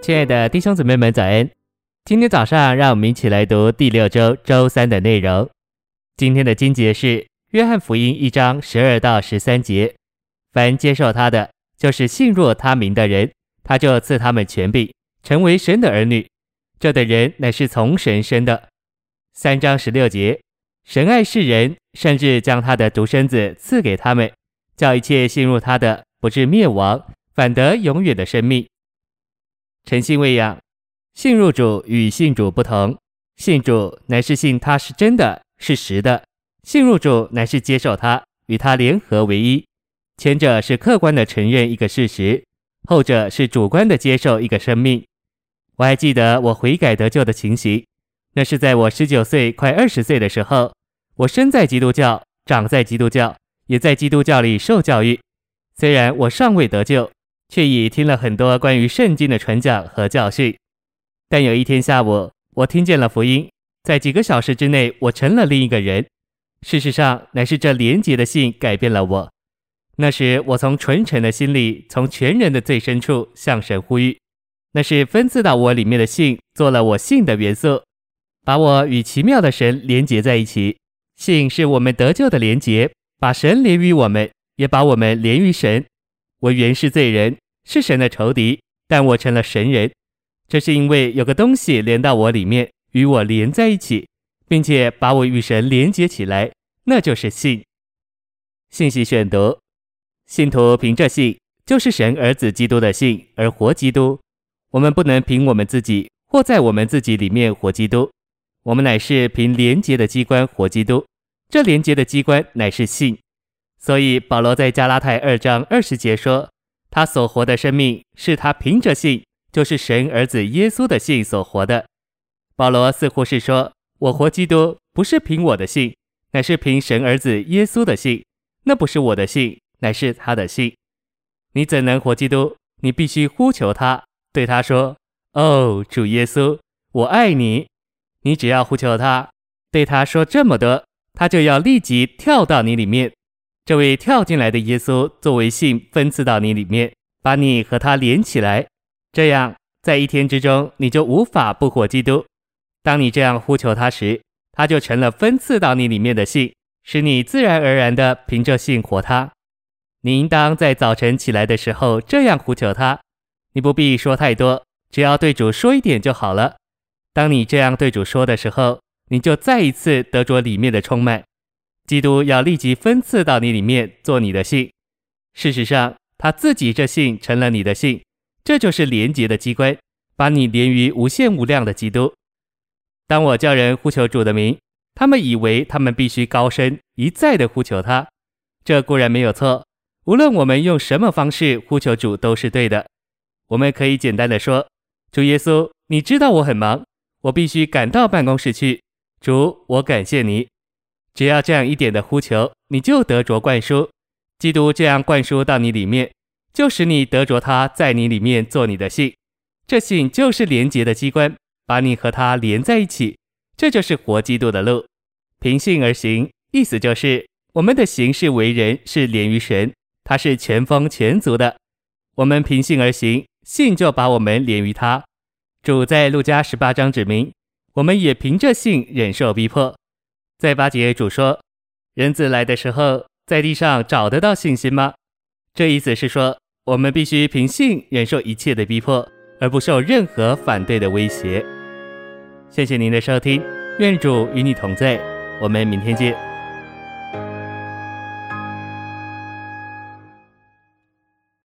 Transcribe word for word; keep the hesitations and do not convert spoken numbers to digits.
亲爱的弟兄姊妹们早安，今天早上让我们一起来读第六周周三的内容。今天的经节是约翰福音一章十二到十三节，凡接受他的，就是信入他名的人，他就赐他们权柄，成为神的儿女，这等人乃是从神生的。三章十六节，神爱世人，甚至将他的独生子赐给他们，叫一切信入他的不至灭亡，反得永远的生命。诚信喂养，信入主与信主不同，信主乃是信他是真的，是实的；信入主乃是接受他，与他联合为一。前者是客观的承认一个事实，后者是主观的接受一个生命。我还记得我悔改得救的情形，那是在我十九岁快二十岁的时候，我生在基督教，长在基督教，也在基督教里受教育。虽然我尚未得救，却已听了很多关于圣经的传讲和教训。但有一天下午，我听见了福音，在几个小时之内，我成了另一个人。事实上，乃是这连结的信改变了我。那时我从纯诚的心里，从全人的最深处向神呼吁，那是分赐到我里面的信做了我信的元素，把我与奇妙的神连结在一起。信是我们得救的连结，把神连于我们，也把我们连于神。我原是罪人，是神的仇敌，但我成了神人。这是因为有个东西连到我里面，与我连在一起，并且把我与神连结起来，那就是信。信息选读，信徒凭着信，就是神儿子基督的信而活基督。我们不能凭我们自己或在我们自己里面活基督，我们乃是凭连结的机关活基督，这连结的机关乃是信。所以保罗在加拉太二章二十节说，他所活的生命是他凭着信，就是神儿子耶稣的信所活的。保罗似乎是说，我活基督不是凭我的信，乃是凭神儿子耶稣的信，那不是我的信，乃是他的信。你怎能活基督？你必须呼求他，对他说，哦，主耶稣，我爱你。你只要呼求他，对他说这么多，他就要立即跳到你里面。这位跳进来的耶稣作为信分赐到你里面，把你和他连起来，这样在一天之中你就无法不活基督。当你这样呼求他时，他就成了分赐到你里面的信，使你自然而然地凭着信活他。你应当在早晨起来的时候这样呼求他，你不必说太多，只要对主说一点就好了。当你这样对主说的时候，你就再一次得着里面的充满，基督要立即分赐到你里面做你的信。事实上，他自己这信成了你的信，这就是连结的机关，把你连于无限无量的基督。当我叫人呼求主的名，他们以为他们必须高声一再的呼求他，这固然没有错，无论我们用什么方式呼求主都是对的。我们可以简单的说，主耶稣，你知道我很忙，我必须赶到办公室去，主，我感谢你。只要这样一点的呼求，你就得着灌输。基督这样灌输到你里面，就使你得着他在你里面做你的信。这信就是连结的机关，把你和他连在一起，这就是活基督的路。凭信而行，意思就是我们的行事为人是连于神，他是全丰全足的。我们凭信而行，信就把我们连于他。主在路加十八章指明，我们也凭着信忍受逼迫。在八节主说，人子来的时候，在地上找得到信心吗？这意思是说，我们必须凭信忍受一切的逼迫，而不受任何反对的威胁。谢谢您的收听，愿主与你同在，我们明天见。